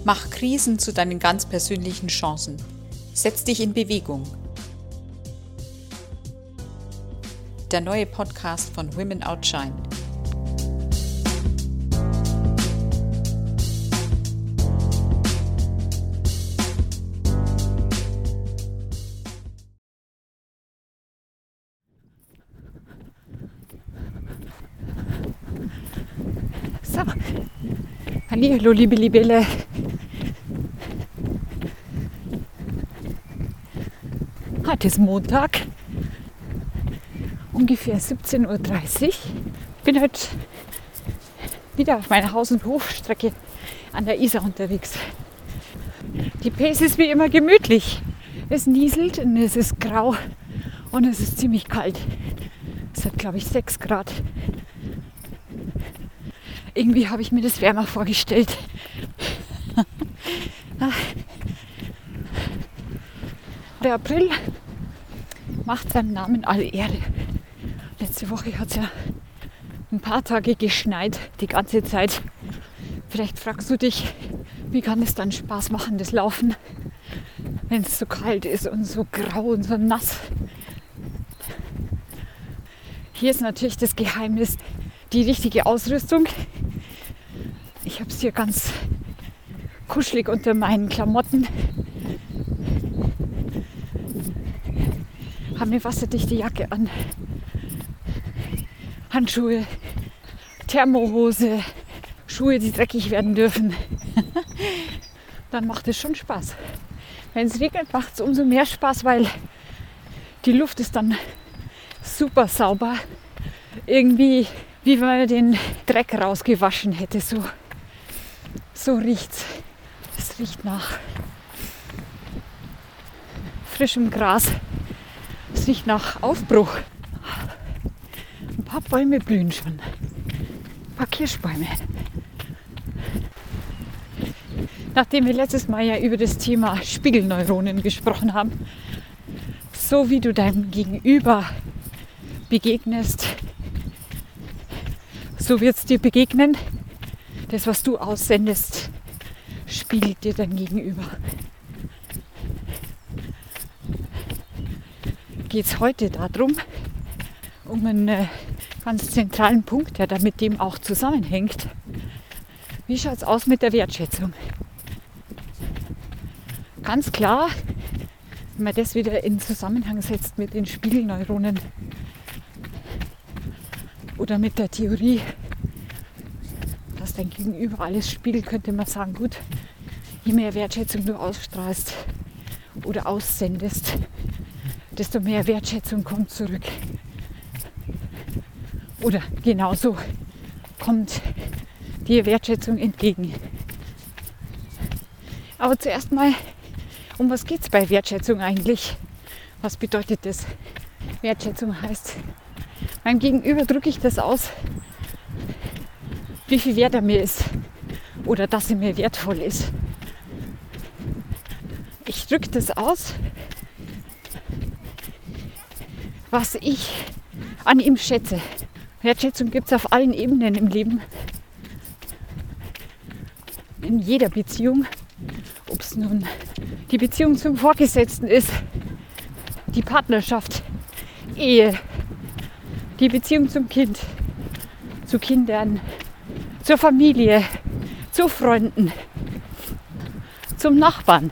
Mach Krisen zu deinen ganz persönlichen Chancen. Setz dich in Bewegung. Der neue Podcast von Women Outshine. So, hallo liebe Libelle. Heute ist Montag, ungefähr 17:30 Uhr. Bin heute wieder auf meiner Haus- und Hofstrecke an der Isar unterwegs. Die Pace ist wie immer gemütlich. Es nieselt und es ist grau und es ist ziemlich kalt. Es hat, glaube ich, 6 Grad. Irgendwie habe ich mir das wärmer vorgestellt. Der April macht seinem Namen alle Ehre. Letzte Woche hat es ja ein paar Tage geschneit, die ganze Zeit. Vielleicht fragst du dich, wie kann es dann Spaß machen, das Laufen, wenn es so kalt ist und so grau und so nass. Hier ist natürlich das Geheimnis, die richtige Ausrüstung. Ich habe es hier ganz kuschelig unter meinen Klamotten. Habe eine wasserdichte Jacke an, Handschuhe, Thermohose, Schuhe, die dreckig werden dürfen. Dann macht es schon Spaß. Wenn es regnet, macht es umso mehr Spaß, weil die Luft ist dann super sauber. Irgendwie, wie wenn man den Dreck rausgewaschen hätte. So riecht's. Es riecht nach frischem Gras. Es riecht nach Aufbruch. Ein paar Bäume blühen schon. Ein paar Kirschbäume. Nachdem wir letztes Mal ja über das Thema Spiegelneuronen gesprochen haben, so wie du deinem Gegenüber begegnest, so wird es dir begegnen. Das, was du aussendest, spiegelt dir dein Gegenüber. Geht es heute darum, um einen ganz zentralen Punkt, der da mit dem auch zusammenhängt. Wie schaut es aus mit der Wertschätzung? Ganz klar, wenn man das wieder in Zusammenhang setzt mit den Spiegelneuronen oder mit der Theorie, dass dein Gegenüber alles spiegelt, könnte man sagen, gut, je mehr Wertschätzung du ausstrahlst oder aussendest, desto mehr Wertschätzung kommt zurück. Oder genauso kommt dir Wertschätzung entgegen. Aber zuerst mal, um was geht es bei Wertschätzung eigentlich? Was bedeutet das? Wertschätzung heißt, meinem Gegenüber drücke ich das aus, wie viel wert er mir ist oder dass er mir wertvoll ist. Ich drücke das aus, was ich an ihm schätze. Wertschätzung gibt es auf allen Ebenen im Leben. In jeder Beziehung. Ob es nun die Beziehung zum Vorgesetzten ist, die Partnerschaft, Ehe, die Beziehung zum Kind, zu Kindern, zur Familie, zu Freunden, zum Nachbarn.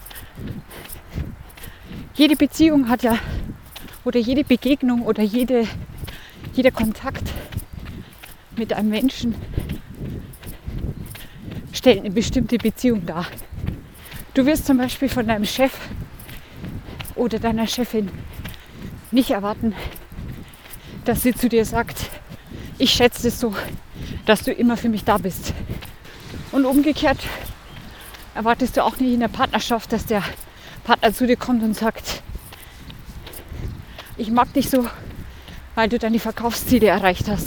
Jede Beziehung hat ja, oder jede Begegnung oder jeder Kontakt mit einem Menschen stellt eine bestimmte Beziehung dar. Du wirst zum Beispiel von deinem Chef oder deiner Chefin nicht erwarten, dass sie zu dir sagt, ich schätze es so, dass du immer für mich da bist. Und umgekehrt erwartest du auch nicht in der Partnerschaft, dass der Partner zu dir kommt und sagt, ich mag dich so, weil du deine Verkaufsziele erreicht hast.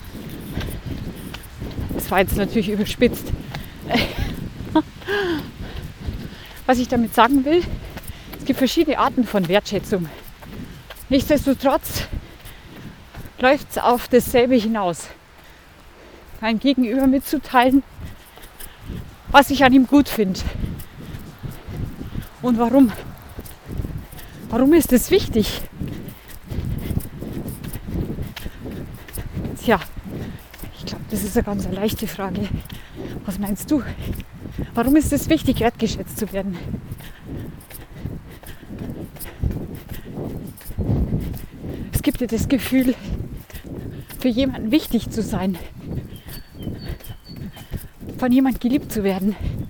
Das war jetzt natürlich überspitzt. Was ich damit sagen will, es gibt verschiedene Arten von Wertschätzung. Nichtsdestotrotz läuft es auf dasselbe hinaus. Deinem Gegenüber mitzuteilen, was ich an ihm gut finde. Und warum? Warum ist es wichtig? Tja, ich glaube, das ist eine ganz leichte Frage. Was meinst du? Warum ist es wichtig, wertgeschätzt zu werden? Es gibt dir das Gefühl, für jemanden wichtig zu sein, von jemandem geliebt zu werden,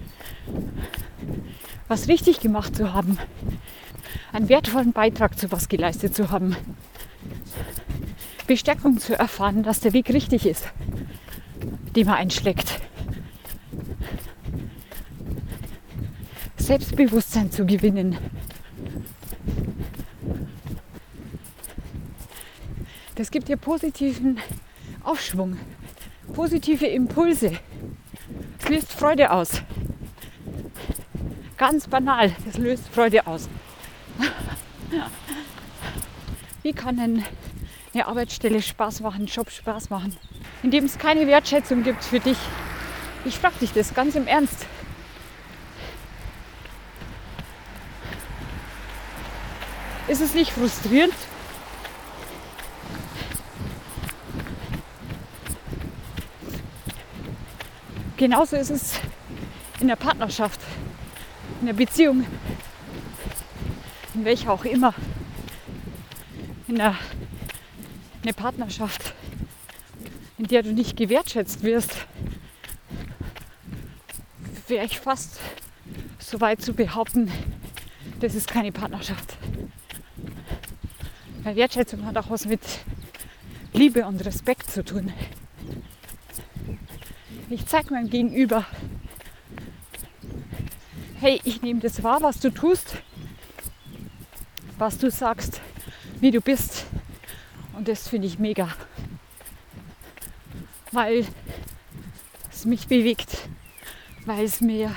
was richtig gemacht zu haben, einen wertvollen Beitrag zu was geleistet zu haben, Bestärkung zu erfahren, dass der Weg richtig ist, den man einschlägt, Selbstbewusstsein zu gewinnen. Das gibt dir positiven Aufschwung, positive Impulse. Es löst Freude aus. Ganz banal, es löst Freude aus. Wie kann eine Arbeitsstelle Spaß machen, ein Job Spaß machen, indem es keine Wertschätzung gibt für dich? Ich frage dich das ganz im Ernst. Ist es nicht frustrierend? Genauso ist es in der Partnerschaft, in der Beziehung, in welcher auch immer. Eine Partnerschaft, in der du nicht gewertschätzt wirst, wäre ich fast so weit zu behaupten, das ist keine Partnerschaft. Weil Wertschätzung hat auch was mit Liebe und Respekt zu tun. Ich zeige meinem Gegenüber, hey, ich nehme das wahr, was du tust, was du sagst, wie du bist. Und das finde ich mega, weil es mich bewegt, weil es mir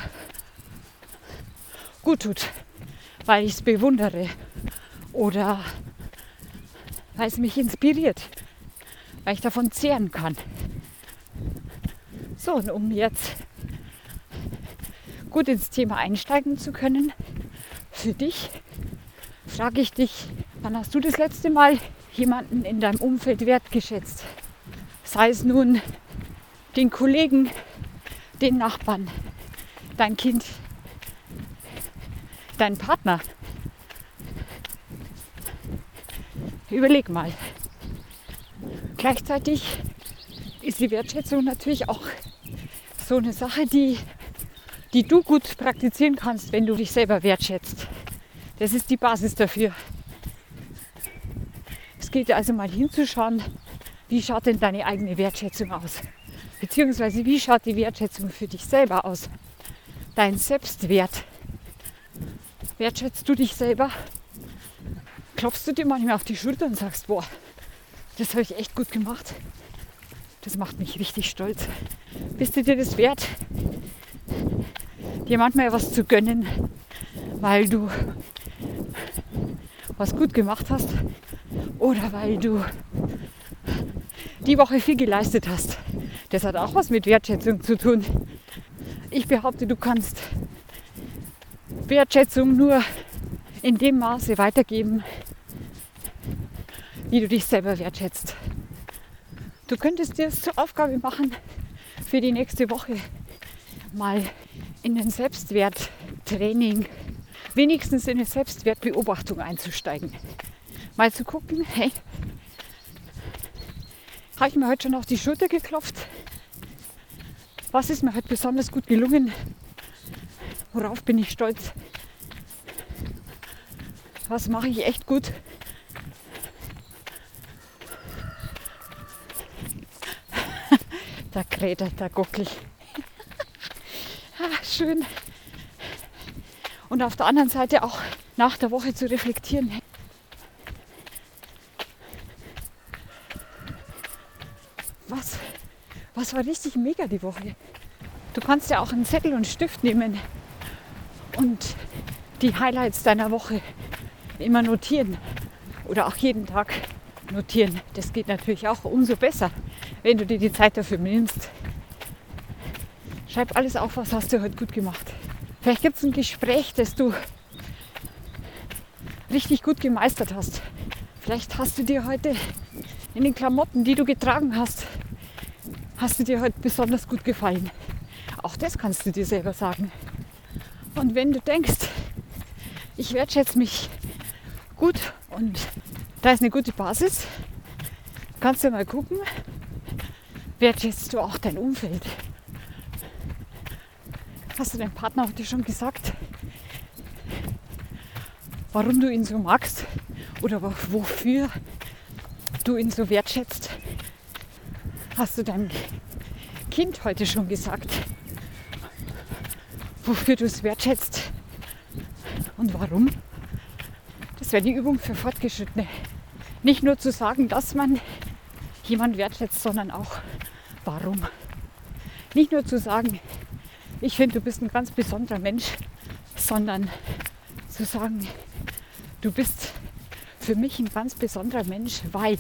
gut tut, weil ich es bewundere oder weil es mich inspiriert, weil ich davon zehren kann. So, und um jetzt gut ins Thema einsteigen zu können, für dich, frage ich dich, wann hast du das letzte Mal jemanden in deinem Umfeld wertgeschätzt? Sei es nun den Kollegen, den Nachbarn, dein Kind, dein Partner. Überleg mal. Gleichzeitig ist die Wertschätzung natürlich auch so eine Sache, die du gut praktizieren kannst, wenn du dich selber wertschätzt. Das ist die Basis dafür. Es geht also mal hinzuschauen, wie schaut denn deine eigene Wertschätzung aus? Beziehungsweise wie schaut die Wertschätzung für dich selber aus? Dein Selbstwert. Wertschätzt du dich selber? Klopfst du dir manchmal auf die Schulter und sagst, boah, das habe ich echt gut gemacht. Das macht mich richtig stolz. Bist du dir das wert, dir manchmal was zu gönnen, weil du was gut gemacht hast oder weil du die Woche viel geleistet hast? Das hat auch was mit Wertschätzung zu tun. Ich behaupte, du kannst Wertschätzung nur in dem Maße weitergeben, wie du dich selber wertschätzt. Du könntest dir es zur Aufgabe machen, für die nächste Woche mal in ein Selbstwerttraining, wenigstens in eine Selbstwertbeobachtung einzusteigen. Mal zu gucken, hey, habe ich mir heute schon auf die Schulter geklopft? Was ist mir heute besonders gut gelungen? Worauf bin ich stolz? Was mache ich echt gut? Da kräht da gucklich. Schön. Und auf der anderen Seite auch nach der Woche zu reflektieren. Was war richtig mega die Woche? Du kannst ja auch einen Zettel und einen Stift nehmen und die Highlights deiner Woche immer notieren oder auch jeden Tag notieren. Das geht natürlich auch umso besser, wenn du dir die Zeit dafür nimmst. Schreib alles auf, was hast du heute gut gemacht. Vielleicht gibt es ein Gespräch, das du richtig gut gemeistert hast. Vielleicht hast du dir heute in den Klamotten, die du getragen hast, du dir heute besonders gut gefallen. Auch das kannst du dir selber sagen. Und wenn du denkst, ich wertschätze mich gut und da ist eine gute Basis, kannst du mal gucken, wertschätzt du auch dein Umfeld. Hast du deinem Partner heute schon gesagt, warum du ihn so magst oder wofür du ihn so wertschätzt? Hast du deinem Kind heute schon gesagt, wofür du es wertschätzt und warum? Das wäre die Übung für Fortgeschrittene. Nicht nur zu sagen, dass man jemand wertschätzt, sondern auch warum. Nicht nur zu sagen, ich finde, du bist ein ganz besonderer Mensch, sondern zu sagen, du bist für mich ein ganz besonderer Mensch, weil.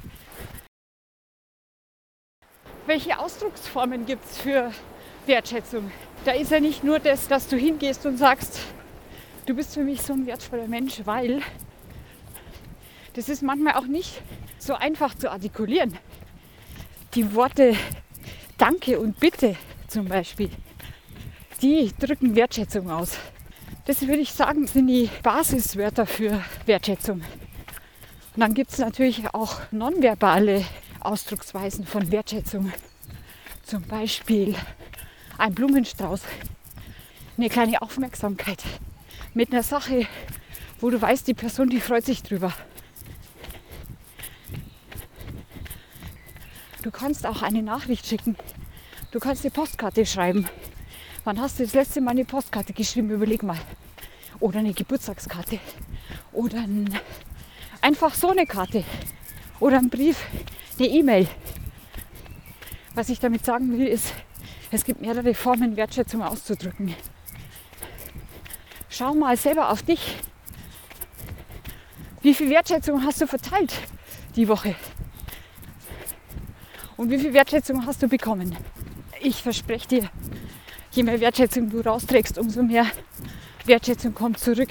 Welche Ausdrucksformen gibt es für Wertschätzung? Da ist ja nicht nur das, dass du hingehst und sagst, du bist für mich so ein wertvoller Mensch, weil. Das ist manchmal auch nicht so einfach zu artikulieren. Die Worte Danke und Bitte zum Beispiel, die drücken Wertschätzung aus. Das würde ich sagen, sind die Basiswörter für Wertschätzung. Und dann gibt es natürlich auch nonverbale Ausdrucksweisen von Wertschätzung. Zum Beispiel ein Blumenstrauß, eine kleine Aufmerksamkeit mit einer Sache, wo du weißt, die Person, die freut sich drüber. Du kannst auch eine Nachricht schicken. Du kannst eine Postkarte schreiben. Wann hast du das letzte Mal eine Postkarte geschrieben? Überleg mal. Oder eine Geburtstagskarte. Oder einfach so eine Karte. Oder ein Brief, eine E-Mail. Was ich damit sagen will, ist, es gibt mehrere Formen, Wertschätzung auszudrücken. Schau mal selber auf dich. Wie viel Wertschätzung hast du verteilt die Woche? Und wie viel Wertschätzung hast du bekommen? Ich verspreche dir, je mehr Wertschätzung du rausträgst, umso mehr Wertschätzung kommt zurück.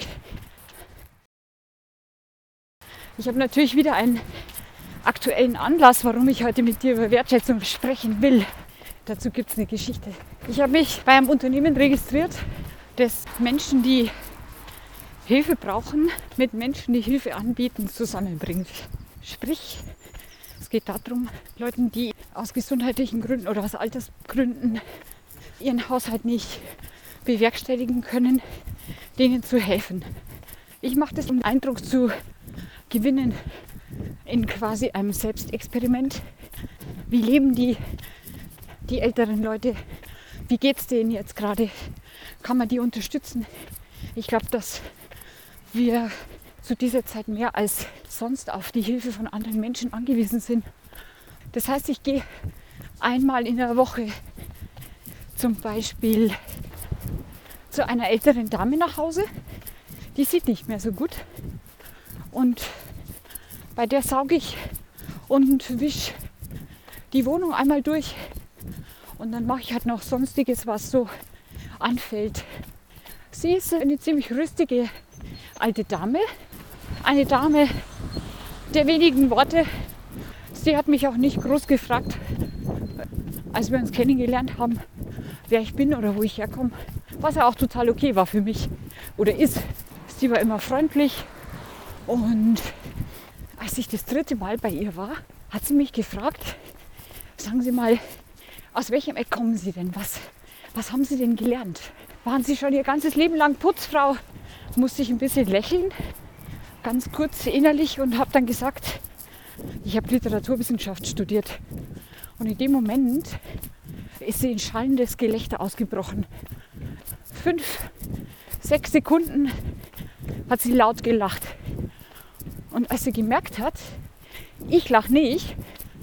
Ich habe natürlich wieder einen aktuellen Anlass, warum ich heute mit dir über Wertschätzung sprechen will. Dazu gibt es eine Geschichte. Ich habe mich bei einem Unternehmen registriert, das Menschen, die Hilfe brauchen, mit Menschen, die Hilfe anbieten, zusammenbringt. Sprich, es geht darum, Leuten, die aus gesundheitlichen Gründen oder aus Altersgründen ihren Haushalt nicht bewerkstelligen können, denen zu helfen. Ich mache das, um Eindruck zu gewinnen in quasi einem Selbstexperiment. Wie leben die älteren Leute? Wie geht es denen jetzt gerade? Kann man die unterstützen? Ich glaube, dass wir zu dieser Zeit mehr als sonst auf die Hilfe von anderen Menschen angewiesen sind. Das heißt, ich gehe einmal in der Woche zum Beispiel zu einer älteren Dame nach Hause. Die sieht nicht mehr so gut. Und bei der sauge ich und wische die Wohnung einmal durch. Und dann mache ich halt noch Sonstiges, was so anfällt. Sie ist eine ziemlich rüstige alte Dame. Eine Dame der wenigen Worte. Sie hat mich auch nicht groß gefragt, als wir uns kennengelernt haben, wer ich bin oder wo ich herkomme. Was ja auch total okay war für mich oder ist. Sie war immer freundlich. Und als ich das 3. Mal bei ihr war, hat sie mich gefragt, sagen Sie mal, aus welchem Eck kommen Sie denn? Was haben Sie denn gelernt? Waren Sie schon Ihr ganzes Leben lang Putzfrau? Musste ich ein bisschen lächeln, ganz kurz innerlich, und habe dann gesagt, ich habe Literaturwissenschaft studiert. Und in dem Moment ist sie in schallendes Gelächter ausgebrochen. 5, 6 Sekunden hat sie laut gelacht. Und als sie gemerkt hat, ich lache nicht,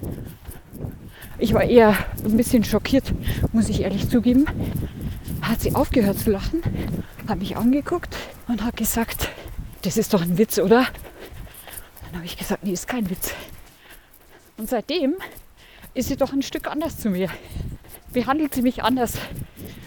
ich war eher ein bisschen schockiert, muss ich ehrlich zugeben, hat sie aufgehört zu lachen, hat mich angeguckt und hat gesagt, das ist doch ein Witz, oder? Dann habe ich gesagt, nee, ist kein Witz. Und seitdem ist sie doch ein Stück anders zu mir. Behandelt sie mich anders,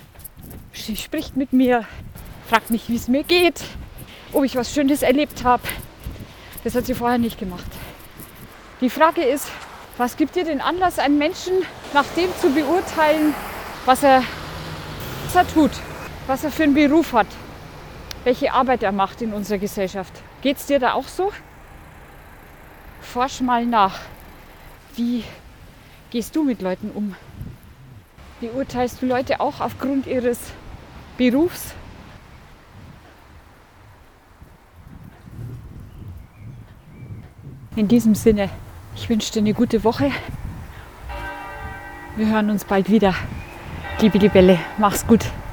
Sie spricht mit mir, fragt mich, wie es mir geht, ob ich was Schönes erlebt habe. Das hat sie vorher nicht gemacht. Die Frage ist, was gibt dir den Anlass, einen Menschen nach dem zu beurteilen, was er tut, was er für einen Beruf hat, welche Arbeit er macht in unserer Gesellschaft? Geht es dir da auch so? Forsch mal nach. Wie gehst du mit Leuten um? Beurteilst du Leute auch aufgrund ihres Berufs? In diesem Sinne, ich wünsche dir eine gute Woche. Wir hören uns bald wieder. Liebe Libelle, mach's gut.